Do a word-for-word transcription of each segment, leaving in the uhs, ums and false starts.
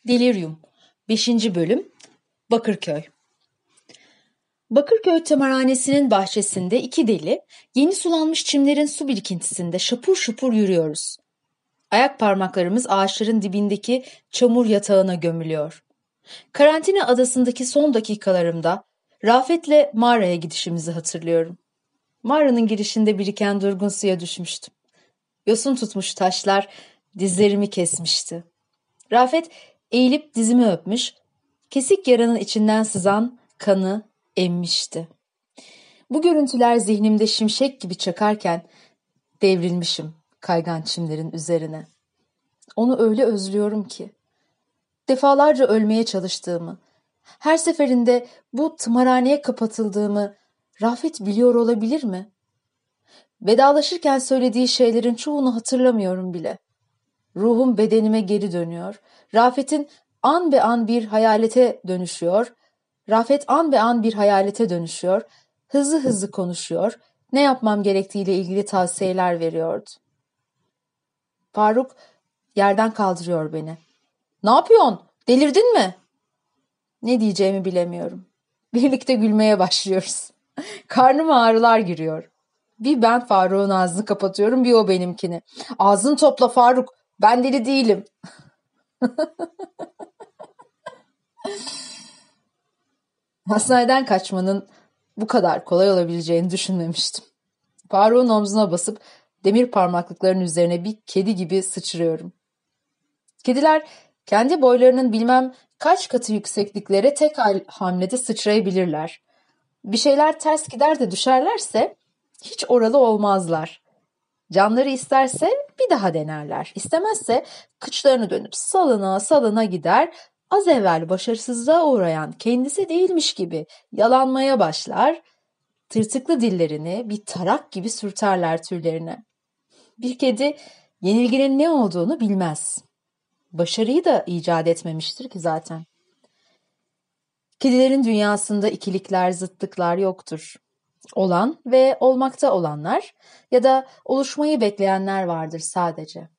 Delirium beşinci Bölüm Bakırköy Bakırköy Tımarhanesi'nin bahçesinde iki deli, yeni sulanmış çimlerin su birikintisinde şapur şupur yürüyoruz. Ayak parmaklarımız ağaçların dibindeki çamur yatağına gömülüyor. Karantina adasındaki son dakikalarımda Rafet'le mağaraya gidişimizi hatırlıyorum. Mağaranın girişinde biriken durgun suya düşmüştüm. Yosun tutmuş taşlar dizlerimi kesmişti. Rafet eğilip dizimi öpmüş, kesik yaranın içinden sızan kanı emmişti. Bu görüntüler zihnimde şimşek gibi çakarken devrilmişim kaygan çimlerin üzerine. Onu öyle özlüyorum ki. Defalarca ölmeye çalıştığımı, her seferinde bu tımarhaneye kapatıldığımı Rafet biliyor olabilir mi? Vedalaşırken söylediği şeylerin çoğunu hatırlamıyorum bile. Ruhum bedenime geri dönüyor. Rafet'in an be an bir hayalete dönüşüyor. Rafet an be an bir hayalete dönüşüyor. Hızlı hızlı konuşuyor. Ne yapmam gerektiğiyle ilgili tavsiyeler veriyordu. Faruk yerden kaldırıyor beni. "Ne yapıyorsun? Delirdin mi?" Ne diyeceğimi bilemiyorum. Birlikte gülmeye başlıyoruz. Karnıma ağrılar giriyor. Bir ben Faruk'un ağzını kapatıyorum, bir o benimkini. "Ağzını topla Faruk, ben deli değilim." Hastaneden kaçmanın bu kadar kolay olabileceğini düşünmemiştim. Faruk'un omzuna basıp demir parmaklıkların üzerine bir kedi gibi sıçrıyorum. Kediler kendi boylarının bilmem kaç katı yüksekliklere tek hamlede sıçrayabilirler. Bir şeyler ters gider de düşerlerse hiç oralı olmazlar. Canları isterse bir daha denerler. İstemezse kıçlarını dönüp salına salına gider, az evvel başarısızlığa uğrayan kendisi değilmiş gibi yalanmaya başlar, tırtıklı dillerini bir tarak gibi sürterler tüylerine. Bir kedi yenilginin ne olduğunu bilmez. Başarıyı da icat etmemiştir ki zaten. Kedilerin dünyasında ikilikler, zıtlıklar yoktur. Olan ve olmakta olanlar ya da oluşmayı bekleyenler vardır sadece.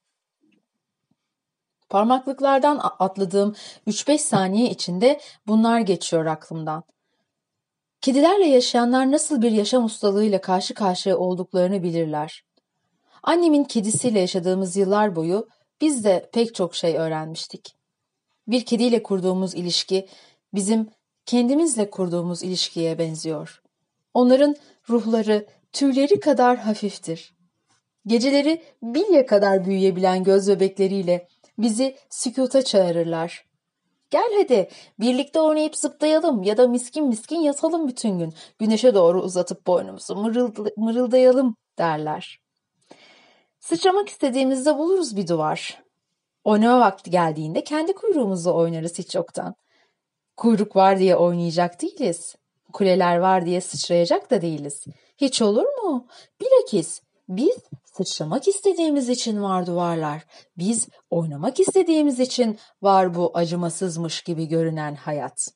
Parmaklıklardan atladığım üç beş saniye içinde bunlar geçiyor aklımdan. Kedilerle yaşayanlar nasıl bir yaşam ustalığıyla karşı karşıya olduklarını bilirler. Annemin kedisiyle yaşadığımız yıllar boyu biz de pek çok şey öğrenmiştik. Bir kediyle kurduğumuz ilişki bizim kendimizle kurduğumuz ilişkiye benziyor. Onların ruhları tüyleri kadar hafiftir. Geceleri bilye kadar büyüyebilen göz bebekleriyle bizi sükuta çağırırlar. "Gel hadi birlikte oynayıp zıplayalım ya da miskin miskin yatalım bütün gün. Güneşe doğru uzatıp boynumuzu mırıldı- mırıldayalım" derler. Sıçramak istediğimizde buluruz bir duvar. Oynama vakti geldiğinde kendi kuyruğumuzla oynarız hiç yoktan. Kuyruk var diye oynayacak değiliz. Kuleler var diye sıçrayacak da değiliz. Hiç olur mu? Bilakis biz sıçramak istediğimiz için var duvarlar. Biz oynamak istediğimiz için var bu acımasızmış gibi görünen hayat.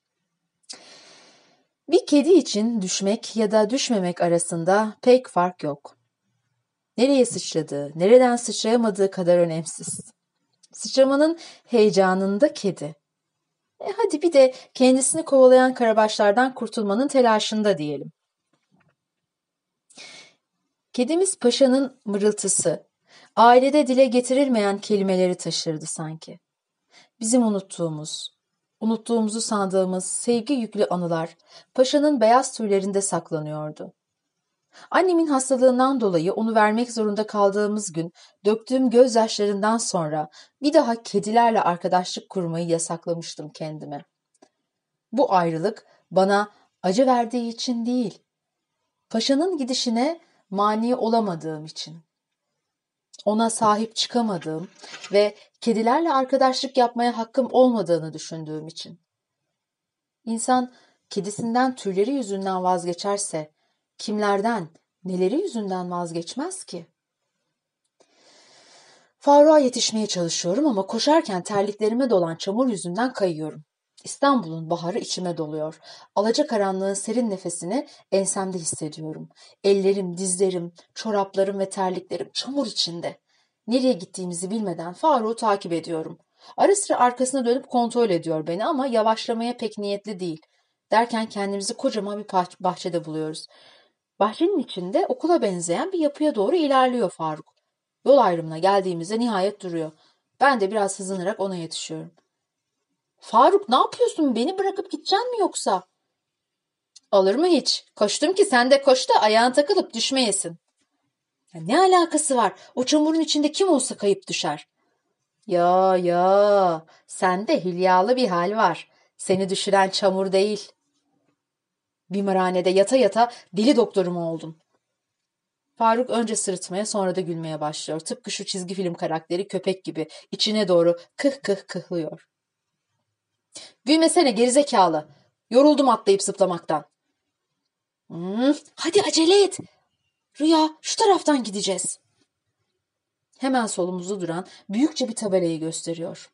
Bir kedi için düşmek ya da düşmemek arasında pek fark yok. Nereye sıçradığı, nereden sıçrayamadığı kadar önemsiz. Sıçramanın heyecanında kedi. E hadi bir de kendisini kovalayan karabaşlardan kurtulmanın telaşında diyelim. Kedimiz paşanın mırıltısı, ailede dile getirilmeyen kelimeleri taşırdı sanki. Bizim unuttuğumuz, unuttuğumuzu sandığımız sevgi yüklü anılar paşanın beyaz tüylerinde saklanıyordu. Annemin hastalığından dolayı onu vermek zorunda kaldığımız gün döktüğüm gözyaşlarından sonra bir daha kedilerle arkadaşlık kurmayı yasaklamıştım kendime. Bu ayrılık bana acı verdiği için değil, paşanın gidişine mani olamadığım için, ona sahip çıkamadığım ve kedilerle arkadaşlık yapmaya hakkım olmadığını düşündüğüm için. İnsan kedisinden tüyleri yüzünden vazgeçerse, kimlerden, neleri yüzünden vazgeçmez ki? Faruk'a yetişmeye çalışıyorum ama koşarken terliklerime dolan çamur yüzünden kayıyorum. İstanbul'un baharı içime doluyor. Alacakaranlığın serin nefesini ensemde hissediyorum. Ellerim, dizlerim, çoraplarım ve terliklerim çamur içinde. Nereye gittiğimizi bilmeden Faruk'u takip ediyorum. Ara sıra arkasına dönüp kontrol ediyor beni ama yavaşlamaya pek niyetli değil. Derken kendimizi kocaman bir bahçede buluyoruz. Bahçenin içinde okula benzeyen bir yapıya doğru ilerliyor Faruk. Yol ayrımına geldiğimizde nihayet duruyor. Ben de biraz hızlanarak ona yetişiyorum. Faruk, ne yapıyorsun? Beni bırakıp gideceksin mi yoksa? Olur mu hiç? Koştum ki sen de koş da ayağın takılıp düşmeyesin. Ya ne alakası var? O çamurun içinde kim olsa kayıp düşer. Ya ya, sende hülyalı bir hal var. Seni düşüren çamur değil. Bimarhanede yata yata deli doktoru mu oldun? Faruk önce sırıtmaya sonra da gülmeye başlıyor. Tıpkı şu çizgi film karakteri köpek gibi içine doğru kıh kıh kıhlıyor. Gülmesene gerizekalı. Yoruldum atlayıp zıplamaktan. Hmm, hadi acele et. Rüya, şu taraftan gideceğiz. Hemen solumuzda duran büyükçe bir tabelayı gösteriyor.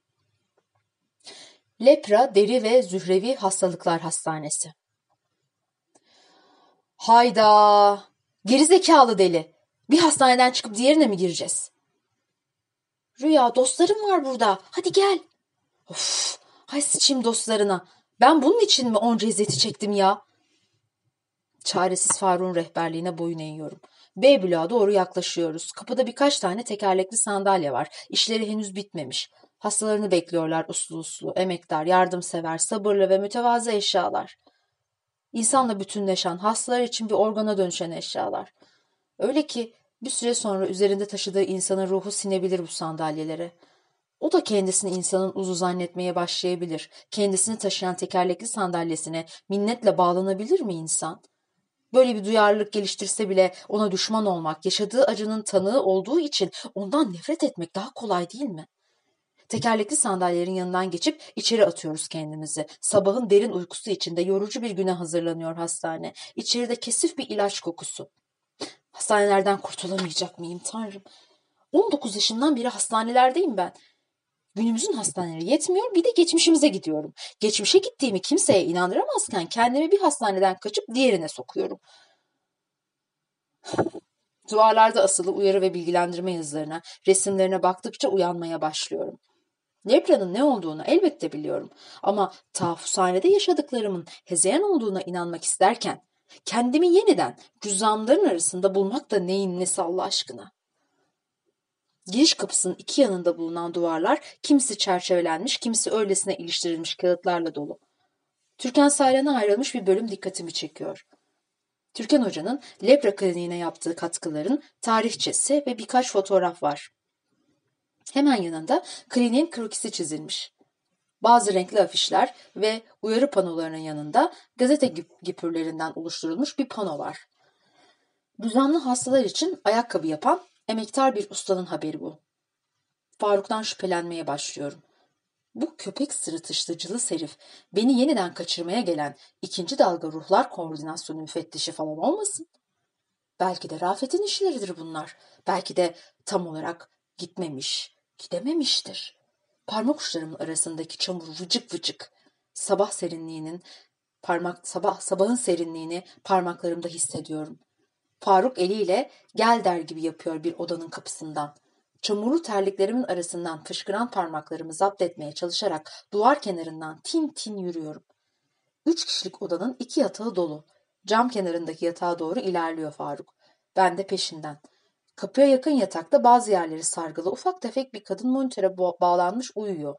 Lepra, Deri ve Zührevi Hastalıklar Hastanesi. Hayda! Gerizekalı deli. Bir hastaneden çıkıp diğerine mi gireceğiz? Rüya, dostlarım var burada. Hadi gel. Of, hay sıçayım dostlarına. Ben bunun için mi onca eziyeti çektim ya? Çaresiz Faruk'un rehberliğine boyun eğiyorum. B bloğa doğru yaklaşıyoruz. Kapıda birkaç tane tekerlekli sandalye var. İşleri henüz bitmemiş. Hastalarını bekliyorlar uslu uslu, emektar, yardımsever, sabırlı ve mütevazı eşyalar. İnsanla bütünleşen, hastalar için bir organa dönüşen eşyalar. Öyle ki bir süre sonra üzerinde taşıdığı insanın ruhu sinebilir bu sandalyelere. O da kendisini insanın uzu zannetmeye başlayabilir. Kendisini taşıyan tekerlekli sandalyesine minnetle bağlanabilir mi insan? Böyle bir duyarlılık geliştirse bile ona düşman olmak, yaşadığı acının tanığı olduğu için ondan nefret etmek daha kolay değil mi? Tekerlekli sandalyelerin yanından geçip içeri atıyoruz kendimizi. Sabahın derin uykusu içinde yorucu bir güne hazırlanıyor hastane. İçeride kesif bir ilaç kokusu. Hastanelerden kurtulamayacak mıyım Tanrım? on dokuz yaşından beri hastanelerdeyim ben. Günümüzün hastaneleri yetmiyor, bir de geçmişimize gidiyorum. Geçmişe gittiğimi kimseye inandıramazken kendimi bir hastaneden kaçıp diğerine sokuyorum. Duvarlarda asılı uyarı ve bilgilendirme yazılarına, resimlerine baktıkça uyanmaya başlıyorum. Lepra'nın ne olduğunu elbette biliyorum ama tahfuzhanede yaşadıklarımın hezeyan olduğuna inanmak isterken kendimi yeniden cüzdanların arasında bulmak da neyin nesi Allah aşkına? Giriş kapısının iki yanında bulunan duvarlar kimisi çerçevelenmiş, kimisi öylesine iliştirilmiş kağıtlarla dolu. Türkan Saylan'a ayrılmış bir bölüm dikkatimi çekiyor. Türkan Hoca'nın lepra kliniğine yaptığı katkıların tarihçesi ve birkaç fotoğraf var. Hemen yanında kliniğin krokisi çizilmiş. Bazı renkli afişler ve uyarı panolarının yanında gazete gipürlerinden oluşturulmuş bir pano var. Düzenli hastalar için ayakkabı yapan emektar bir ustanın haberi bu. Faruk'tan şüphelenmeye başlıyorum. Bu köpek sırıtışlı cılız herif beni yeniden kaçırmaya gelen ikinci dalga ruhlar koordinasyonu müfettişi falan olmasın? Belki de Rafet'in işleridir bunlar. Belki de tam olarak gitmemiş, gidememiştir. Parmak uçlarımın arasındaki çamur vıcık vıcık. Sabah serinliğinin parmak sabah sabahın serinliğini parmaklarımda hissediyorum. Faruk eliyle gel der gibi yapıyor bir odanın kapısından. Çamurlu terliklerimin arasından fışkıran parmaklarımı zapt etmeye çalışarak duvar kenarından tin tin yürüyorum. Üç kişilik odanın iki yatağı dolu. Cam kenarındaki yatağa doğru ilerliyor Faruk. Ben de peşinden. Kapıya yakın yatakta bazı yerleri sargılı ufak tefek bir kadın monitöre bağlanmış uyuyor.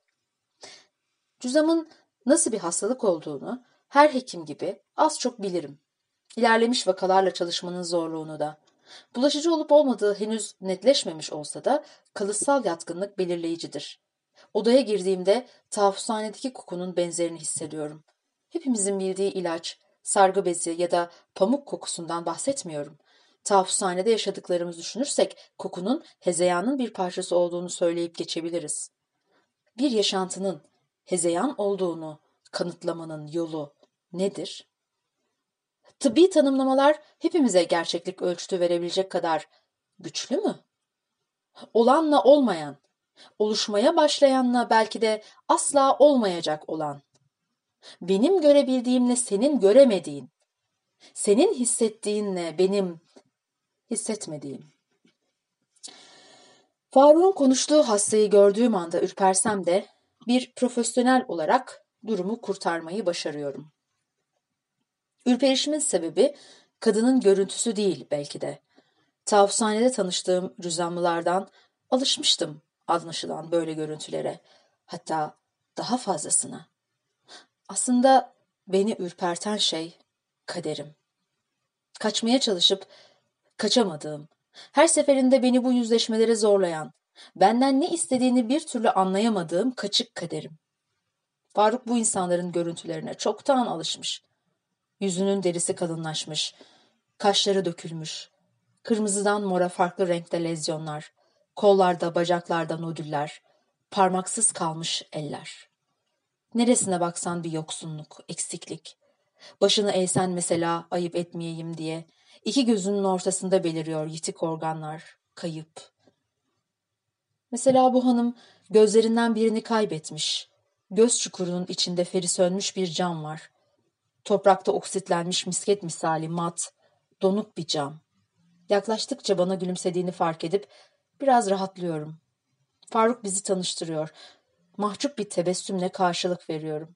Cüzamın nasıl bir hastalık olduğunu her hekim gibi az çok bilirim. İlerlemiş vakalarla çalışmanın zorluğunu da. Bulaşıcı olup olmadığı henüz netleşmemiş olsa da kalıtsal yatkınlık belirleyicidir. Odaya girdiğimde tahfuzhanedeki kokunun benzerini hissediyorum. Hepimizin bildiği ilaç, sargı bezi ya da pamuk kokusundan bahsetmiyorum. Tahfuzhanede yaşadıklarımızı düşünürsek kokunun hezeyanın bir parçası olduğunu söyleyip geçebiliriz. Bir yaşantının hezeyan olduğunu kanıtlamanın yolu nedir? Tıbbi tanımlamalar hepimize gerçeklik ölçütü verebilecek kadar güçlü mü? Olanla olmayan, oluşmaya başlayanla belki de asla olmayacak olan, benim görebildiğimle senin göremediğin, senin hissettiğinle benim hissetmediğim. Faruk'un konuştuğu hastayı gördüğüm anda ürpersem de bir profesyonel olarak durumu kurtarmayı başarıyorum. Ürperişimin sebebi kadının görüntüsü değil belki de. Tavufhanede tanıştığım rüzamlılardan alışmıştım anlaşılan böyle görüntülere. Hatta daha fazlasına. Aslında beni ürperten şey kaderim. Kaçmaya çalışıp kaçamadığım, her seferinde beni bu yüzleşmelere zorlayan, benden ne istediğini bir türlü anlayamadığım kaçık kaderim. Faruk bu insanların görüntülerine çoktan alışmış. Yüzünün derisi kalınlaşmış, kaşları dökülmüş, kırmızıdan mora farklı renkte lezyonlar, kollarda, bacaklarda nodüller, parmaksız kalmış eller. Neresine baksan bir yoksunluk, eksiklik. Başını eğsen mesela ayıp etmeyeyim diye, iki gözünün ortasında beliriyor yitik organlar, kayıp. Mesela bu hanım gözlerinden birini kaybetmiş. Göz çukurunun içinde feri sönmüş bir cam var. Toprakta oksitlenmiş misket misali mat, donuk bir cam. Yaklaştıkça bana gülümsediğini fark edip biraz rahatlıyorum. Faruk bizi tanıştırıyor. Mahcup bir tebessümle karşılık veriyorum.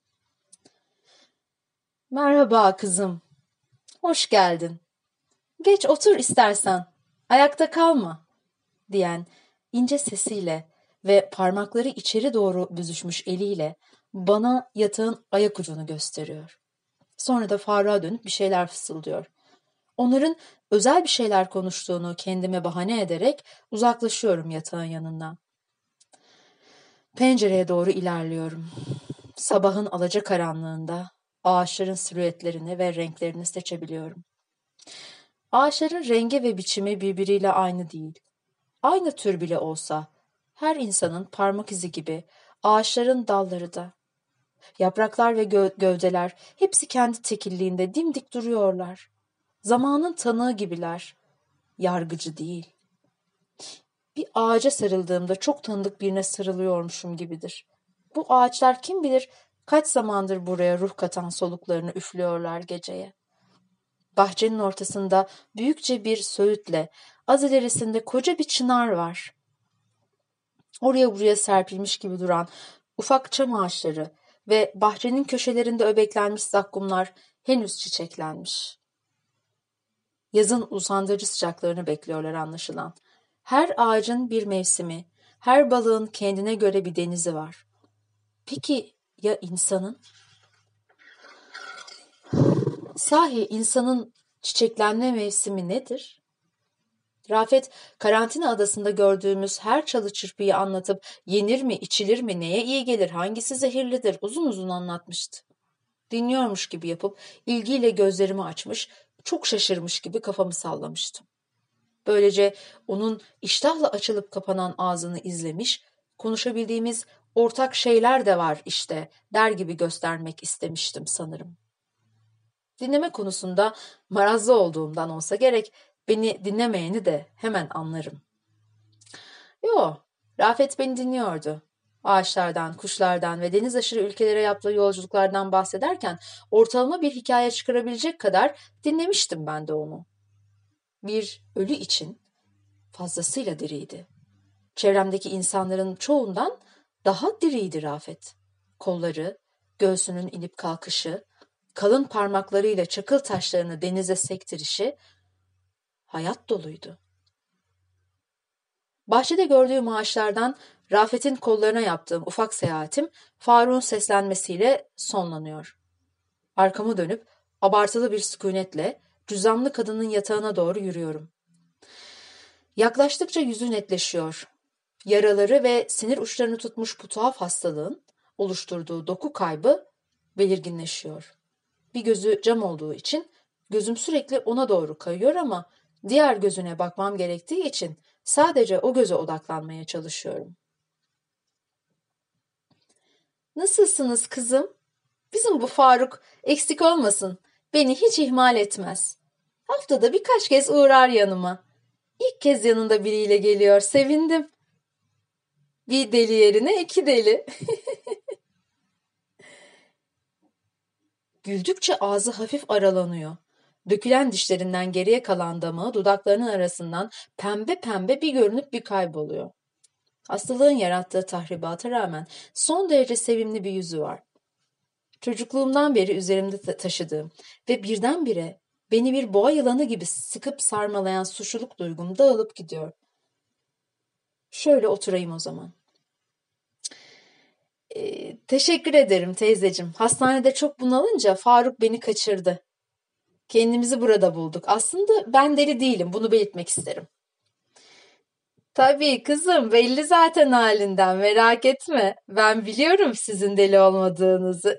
Merhaba kızım. Hoş geldin. Geç otur istersen. Ayakta kalma, diyen ince sesiyle ve parmakları içeri doğru büzüşmüş eliyle bana yatağın ayak ucunu gösteriyor. Sonra da Faruk'a dönüp bir şeyler fısıldıyor. Onların özel bir şeyler konuştuğunu kendime bahane ederek uzaklaşıyorum yatağın yanından. Pencereye doğru ilerliyorum. Sabahın alacakaranlığında ağaçların silüetlerini ve renklerini seçebiliyorum. Ağaçların rengi ve biçimi birbiriyle aynı değil. Aynı tür bile olsa her insanın parmak izi gibi ağaçların dalları da. Yapraklar ve gö- gövdeler hepsi kendi tekilliğinde dimdik duruyorlar. Zamanın tanığı gibiler. Yargıcı değil. Bir ağaca sarıldığımda çok tanıdık birine sarılıyormuşum gibidir. Bu ağaçlar kim bilir kaç zamandır buraya ruh katan soluklarını üflüyorlar geceye. Bahçenin ortasında büyükçe bir söğütle, az ilerisinde koca bir çınar var. Oraya buraya serpilmiş gibi duran ufak çam ağaçları ve bahçenin köşelerinde öbeklenmiş zakkumlar henüz çiçeklenmiş. Yazın usandırıcı sıcaklarını bekliyorlar anlaşılan. Her ağacın bir mevsimi, her balığın kendine göre bir denizi var. Peki ya insanın? Sahi insanın çiçeklenme mevsimi nedir? Rafet, karantina adasında gördüğümüz her çalı çırpıyı anlatıp yenir mi, içilir mi, neye iyi gelir, hangisi zehirlidir uzun uzun anlatmıştı. Dinliyormuş gibi yapıp ilgiyle gözlerimi açmış, çok şaşırmış gibi kafamı sallamıştım. Böylece onun iştahla açılıp kapanan ağzını izlemiş, konuşabildiğimiz ortak şeyler de var işte der gibi göstermek istemiştim sanırım. Dinleme konusunda marazlı olduğumdan olsa gerek, beni dinlemeyeni de hemen anlarım. Yo, Rafet beni dinliyordu. Ağaçlardan, kuşlardan ve deniz aşırı ülkelere yaptığı yolculuklardan bahsederken ortalama bir hikaye çıkarabilecek kadar dinlemiştim ben de onu. Bir ölü için fazlasıyla diriydi. Çevremdeki insanların çoğundan daha diriydi Rafet. Kolları, göğsünün inip kalkışı, kalın parmaklarıyla çakıl taşlarını denize sektirişi hayat doluydu. Bahçede gördüğüm ağaçlardan Rafet'in kollarına yaptığım ufak seyahatim Faruk'un seslenmesiyle sonlanıyor. Arkamı dönüp abartılı bir sükunetle cüzzamlı kadının yatağına doğru yürüyorum. Yaklaştıkça yüzü netleşiyor. Yaraları ve sinir uçlarını tutmuş bu tuhaf hastalığın oluşturduğu doku kaybı belirginleşiyor. Bir gözü cam olduğu için gözüm sürekli ona doğru kayıyor ama diğer gözüne bakmam gerektiği için sadece o göze odaklanmaya çalışıyorum. Nasılsınız kızım? Bizim bu Faruk eksik olmasın. Beni hiç ihmal etmez. Haftada birkaç kez uğrar yanıma. İlk kez yanında biriyle geliyor. Sevindim. Bir deli yerine iki deli. Güldükçe ağzı hafif aralanıyor. Dökülen dişlerinden geriye kalan damağı dudaklarının arasından pembe pembe bir görünüp bir kayboluyor. Hastalığın yarattığı tahribata rağmen son derece sevimli bir yüzü var. Çocukluğumdan beri üzerimde ta- taşıdığım ve birdenbire beni bir boğa yılanı gibi sıkıp sarmalayan suçluluk duygum dağılıp gidiyor. Şöyle oturayım o zaman. Ee, teşekkür ederim teyzecim. Hastanede çok bunalınca Faruk beni kaçırdı. Kendimizi burada bulduk. Aslında ben deli değilim, bunu belirtmek isterim. Tabii kızım, belli zaten halinden, merak etme. Ben biliyorum sizin deli olmadığınızı.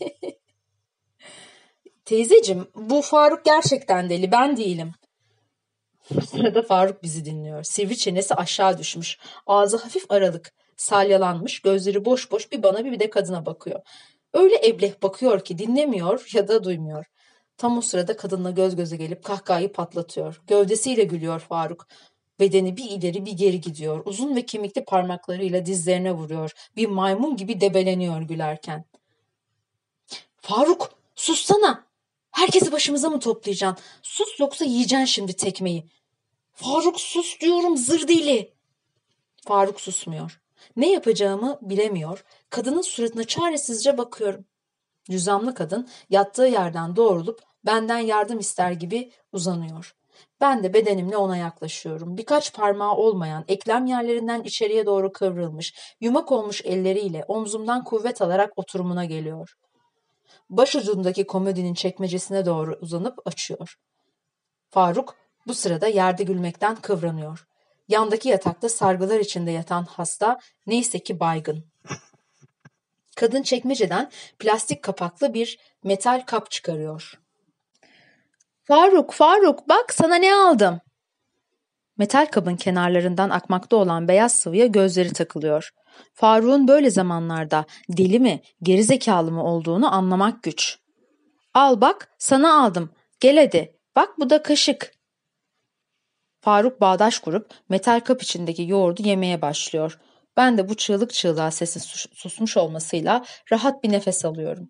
Teyzecim, bu Faruk gerçekten deli, ben değilim. Bu sırada Faruk bizi dinliyor. Sivri çenesi aşağı düşmüş. Ağzı hafif aralık. Salyalanmış, gözleri boş boş bir bana bir de kadına bakıyor. Öyle ebleh bakıyor ki dinlemiyor ya da duymuyor. Tam o sırada kadınla göz göze gelip kahkahayı patlatıyor. Gövdesiyle gülüyor Faruk. Bedeni bir ileri bir geri gidiyor. Uzun ve kemikli parmaklarıyla dizlerine vuruyor. Bir maymun gibi debeleniyor gülerken. Faruk, sussana! Herkesi başımıza mı toplayacaksın? Sus yoksa yiyeceksin şimdi tekmeyi. Faruk sus diyorum, zır dili. Faruk susmuyor. Ne yapacağımı bilemiyor. Kadının suratına çaresizce bakıyorum. Cüzamlı kadın yattığı yerden doğrulup benden yardım ister gibi uzanıyor. Ben de bedenimle ona yaklaşıyorum. Birkaç parmağı olmayan, eklem yerlerinden içeriye doğru kıvrılmış, yumak olmuş elleriyle omzumdan kuvvet alarak oturumuna geliyor. Başucundaki komodinin çekmecesine doğru uzanıp açıyor. Faruk bu sırada yerde gülmekten kıvranıyor. Yandaki yatakta sargılar içinde yatan hasta neyse ki baygın. Kadın çekmeceden plastik kapaklı bir metal kap çıkarıyor. Faruk, Faruk bak sana ne aldım. Metal kabın kenarlarından akmakta olan beyaz sıvıya gözleri takılıyor. Faruk'un böyle zamanlarda deli mi, gerizekalı mı olduğunu anlamak güç. Al bak, sana aldım. Gel hadi. Bak bu da kaşık. Faruk bağdaş kurup metal kap içindeki yoğurdu yemeye başlıyor. Ben de bu çığlık çığlığa sesin susmuş olmasıyla rahat bir nefes alıyorum.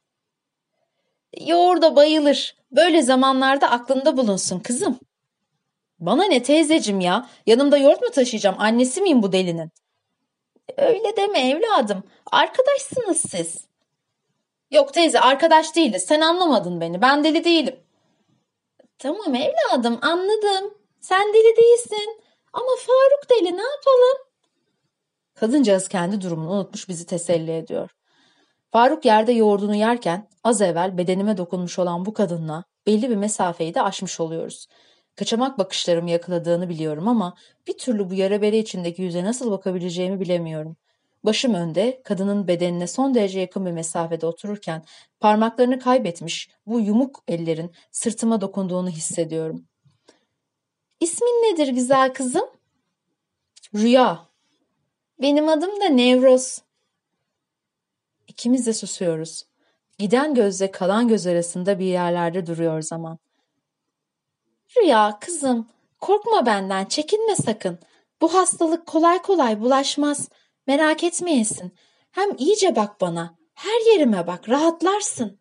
Yoğurda bayılır. Böyle zamanlarda aklında bulunsun kızım. Bana ne teyzecim ya? Yanımda yoğurt mu taşıyacağım? Annesi miyim bu delinin? Öyle deme evladım. Arkadaşsınız siz. Yok teyze, arkadaş değiliz. Sen anlamadın beni. Ben deli değilim. Tamam evladım, anladım. Sen deli değilsin. Ama Faruk deli, ne yapalım? Kadıncağız kendi durumunu unutmuş bizi teselli ediyor. Faruk yerde yoğurdunu yerken az evvel bedenime dokunmuş olan bu kadınla belli bir mesafeyi de aşmış oluyoruz. Kaçamak bakışlarımı yakaladığını biliyorum ama bir türlü bu yara bere içindeki yüze nasıl bakabileceğimi bilemiyorum. Başım önde, kadının bedenine son derece yakın bir mesafede otururken parmaklarını kaybetmiş bu yumuk ellerin sırtıma dokunduğunu hissediyorum. İsmin nedir güzel kızım? Rüya. Benim adım da Nevroz. İkimiz de susuyoruz. Giden gözle kalan göz arasında bir yerlerde duruyor zaman. Rüya kızım, korkma benden, çekinme sakın. Bu hastalık kolay kolay bulaşmaz. Merak etmeyesin. Hem iyice bak bana. Her yerime bak, rahatlarsın.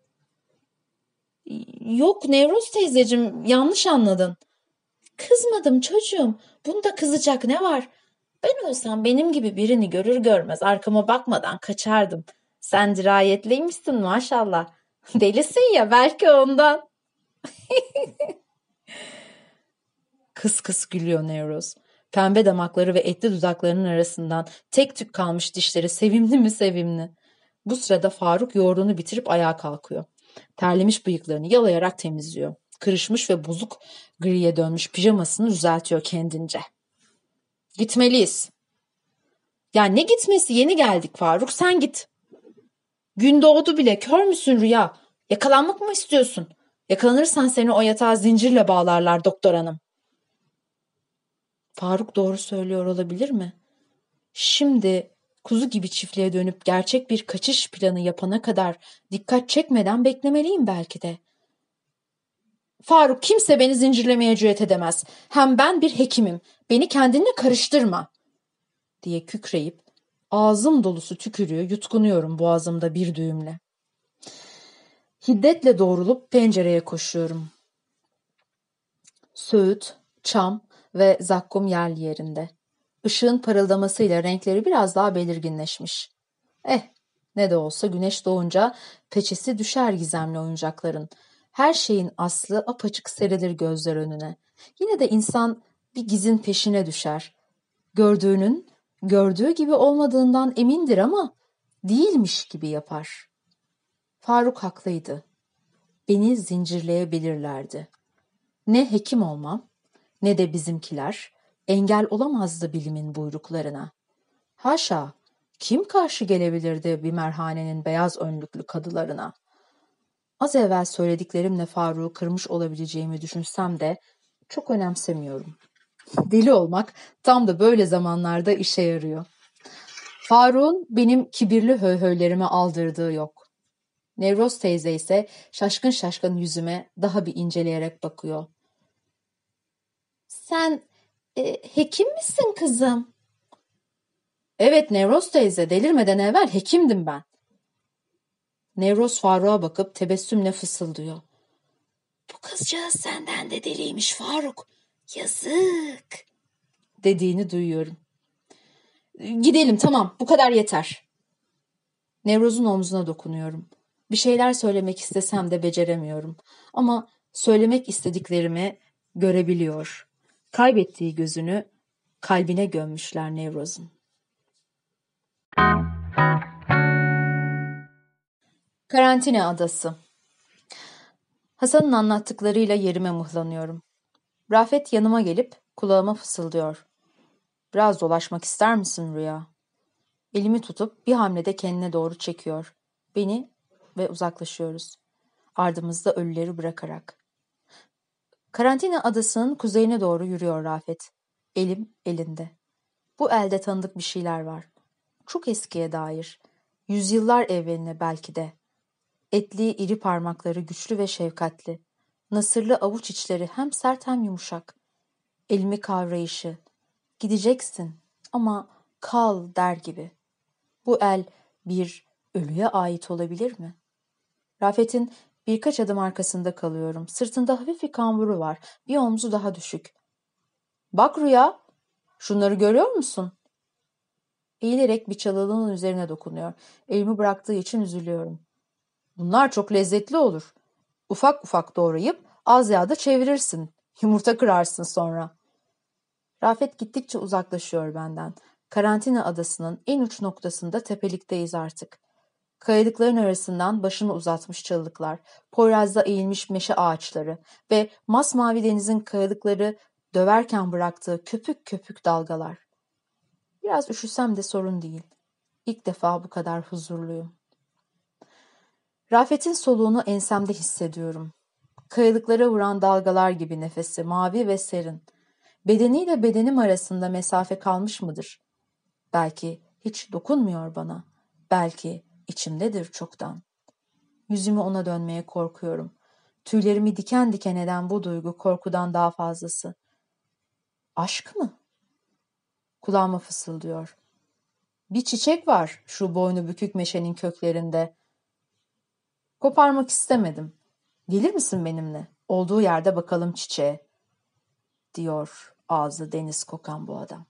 Yok Nevroz teyzeciğim, yanlış anladın. Kızmadım çocuğum. Bunda kızacak ne var? Ben olsam benim gibi birini görür görmez arkama bakmadan kaçardım. Sen dirayetliymişsin maşallah. Delisin ya, belki ondan. Kıs kıs gülüyor Nevroz. Pembe damakları ve etli dudaklarının arasından tek tük kalmış dişleri sevimli mi sevimli. Bu sırada Faruk yoğurdunu bitirip ayağa kalkıyor. Terlemiş bıyıklarını yalayarak temizliyor. Kırışmış ve bozuk griye dönmüş pijamasını düzeltiyor kendince. Gitmeliyiz. Ya ne gitmesi, yeni geldik Faruk, sen git. Gün doğdu bile, kör müsün Rüya? Yakalanmak mı istiyorsun? Yakalanırsan seni o yatağa zincirle bağlarlar doktor hanım. Faruk doğru söylüyor olabilir mi? Şimdi kuzu gibi çiftliğe dönüp gerçek bir kaçış planı yapana kadar dikkat çekmeden beklemeliyim belki de. Faruk, kimse beni zincirlemeye cüret edemez. Hem ben bir hekimim. Beni kendinle karıştırma. Diye kükreyip ağzım dolusu tükürüğü yutkunuyorum boğazımda bir düğümle. Hiddetle doğrulup pencereye koşuyorum. Söğüt, çam ve zakkum yerli yerinde. Işığın parıldamasıyla renkleri biraz daha belirginleşmiş. Eh, ne de olsa güneş doğunca peçesi düşer gizemli oyuncakların. Her şeyin aslı apaçık serilir gözler önüne. Yine de insan bir gizin peşine düşer. Gördüğünün gördüğü gibi olmadığından emindir ama değilmiş gibi yapar. Faruk haklıydı. Beni zincirleyebilirlerdi. Ne hekim olmam, ne de bizimkiler engel olamazdı bilimin buyruklarına. Haşa, kim karşı gelebilirdi bir merhanenin beyaz önlüklü kadılarına? Az evvel söylediklerimle Faruk'u kırmış olabileceğimi düşünsem de çok önemsemiyorum. Deli olmak tam da böyle zamanlarda işe yarıyor. Faruk'un benim kibirli höyhöylerime aldırdığı yok. Nevroz teyze ise şaşkın şaşkın yüzüme daha bir inceleyerek bakıyor. Sen e, hekim misin kızım? Evet Nevroz teyze, delirmeden evvel hekimdim ben. Nevroz Faruk'a bakıp tebessümle fısıldıyor. Bu kızcağız senden de deliymiş Faruk. Yazık. Dediğini duyuyorum. Gidelim tamam, bu kadar yeter. Nevroz'un omzuna dokunuyorum. Bir şeyler söylemek istesem de beceremiyorum. Ama söylemek istediklerimi görebiliyor. Kaybettiği gözünü kalbine gömmüşler Nevroz'un. Karantina adası. Hasan'ın anlattıklarıyla yerime mıhlanıyorum. Rafet yanıma gelip kulağıma fısıldıyor. Biraz dolaşmak ister misin Rüya? Elimi tutup bir hamlede kendine doğru çekiyor. Beni ve uzaklaşıyoruz. Ardımızda ölüleri bırakarak. Karantina adasının kuzeyine doğru yürüyor Rafet. Elim elinde. Bu elde tanıdık bir şeyler var. Çok eskiye dair. Yüzyıllar evveline belki de. Etli iri parmakları güçlü ve şefkatli. Nasırlı avuç içleri hem sert hem yumuşak. Elimi kavrayışı. Gideceksin ama kal der gibi. Bu el bir ölüye ait olabilir mi? Rafet'in birkaç adım arkasında kalıyorum. Sırtında hafif bir kamburu var. Bir omzu daha düşük. Bak Rüya, şunları görüyor musun? Eğilerek bir çalılığın üzerine dokunuyor. Elimi bıraktığı için üzülüyorum. Bunlar çok lezzetli olur. Ufak ufak doğrayıp az yağda çevirirsin. Yumurta kırarsın sonra. Rafet gittikçe uzaklaşıyor benden. Karantina adasının en uç noktasında tepelikteyiz artık. Kayalıkların arasından başını uzatmış çalılıklar, Poyraz'da eğilmiş meşe ağaçları ve masmavi denizin kayalıkları döverken bıraktığı köpük köpük dalgalar. Biraz üşüsem de sorun değil. İlk defa bu kadar huzurluyum. Rafet'in soluğunu ensemde hissediyorum. Kayalıklara vuran dalgalar gibi nefesi, mavi ve serin. Bedeniyle bedenim arasında mesafe kalmış mıdır? Belki hiç dokunmuyor bana. Belki içimdedir çoktan. Yüzümü ona dönmeye korkuyorum. Tüylerimi diken diken eden bu duygu korkudan daha fazlası. Aşk mı? Kulağıma fısıldıyor. Bir çiçek var şu boynu bükük meşenin köklerinde. Koparmak istemedim. Gelir misin benimle? Olduğu yerde bakalım çiçeğe, diyor ağzı deniz kokan bu adam.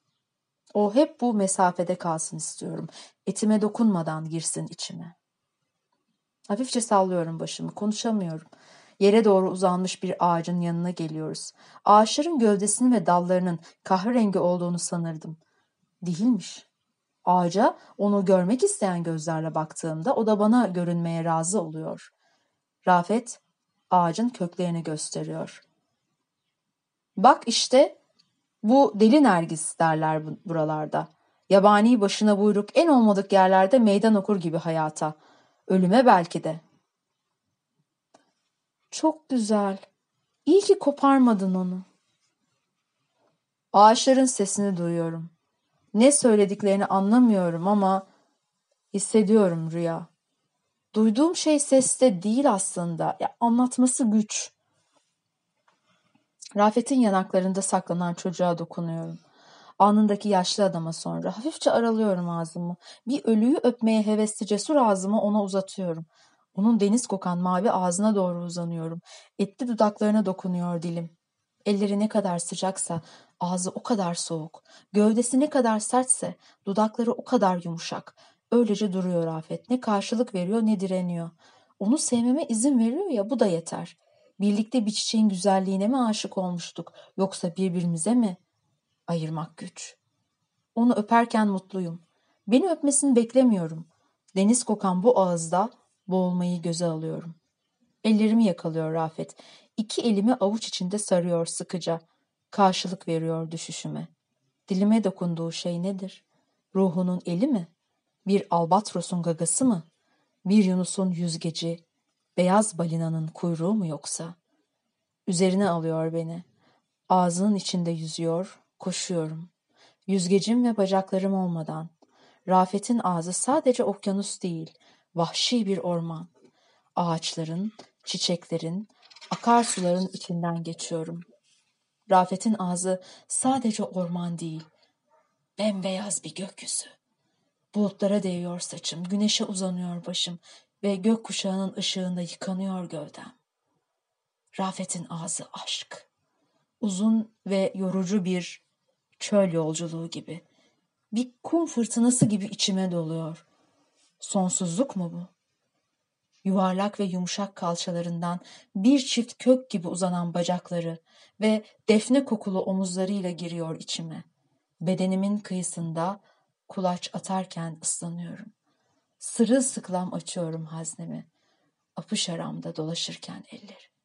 O hep bu mesafede kalsın istiyorum. Etime dokunmadan girsin içime. Hafifçe sallıyorum başımı, konuşamıyorum. Yere doğru uzanmış bir ağacın yanına geliyoruz. Ağaçların gövdesinin ve dallarının kahverengi olduğunu sanırdım. Değilmiş. Ağaca onu görmek isteyen gözlerle baktığımda o da bana görünmeye razı oluyor. Rafet ağacın köklerini gösteriyor. Bak işte bu deli nergis derler buralarda. Yabani başına buyruk en olmadık yerlerde meydan okur gibi hayata. Ölüme belki de. Çok güzel. İyi ki koparmadın onu. Ağaçların sesini duyuyorum. Ne söylediklerini anlamıyorum ama hissediyorum Rüya. Duyduğum şey seste değil aslında. Ya, anlatması güç. Rafet'in yanaklarında saklanan çocuğa dokunuyorum. Alnındaki yaşlı adama sonra hafifçe aralıyorum ağzımı. Bir ölüyü öpmeye hevesli cesur ağzımı ona uzatıyorum. Onun deniz kokan mavi ağzına doğru uzanıyorum. Etli dudaklarına dokunuyor dilim. Elleri ne kadar sıcaksa ağzı o kadar soğuk, gövdesi ne kadar sertse dudakları o kadar yumuşak. Öylece duruyor Afet. Ne karşılık veriyor ne direniyor. Onu sevmeme izin veriyor ya, bu da yeter. Birlikte bir çiçeğin güzelliğine mi aşık olmuştuk yoksa birbirimize mi? Ayırmak güç. Onu öperken mutluyum. Beni öpmesini beklemiyorum. Deniz kokan bu ağızda boğulmayı göze alıyorum. Ellerimi yakalıyor Rafet. İki elimi avuç içinde sarıyor sıkıca. Karşılık veriyor düşüşüme. Dilime dokunduğu şey nedir? Ruhunun eli mi? Bir albatrosun gagası mı? Bir yunusun yüzgeci, beyaz balinanın kuyruğu mu yoksa? Üzerine alıyor beni. Ağzının içinde yüzüyor, koşuyorum. Yüzgecim ve bacaklarım olmadan. Rafet'in ağzı sadece okyanus değil, vahşi bir orman. Ağaçların, çiçeklerin, akarsuların içinden geçiyorum. Rafet'in ağzı sadece orman değil, bembeyaz bir gökyüzü. Bulutlara değiyor saçım, güneşe uzanıyor başım ve gökkuşağının ışığında yıkanıyor gövdem. Rafet'in ağzı aşk. Uzun ve yorucu bir çöl yolculuğu gibi. Bir kum fırtınası gibi içime doluyor. Sonsuzluk mu bu? Yuvarlak ve yumuşak kalçalarından bir çift kök gibi uzanan bacakları ve defne kokulu omuzlarıyla giriyor içime. Bedenimin kıyısında kulaç atarken ıslanıyorum. Sırılsıklam açıyorum haznemi. Apış aramda dolaşırken elleri.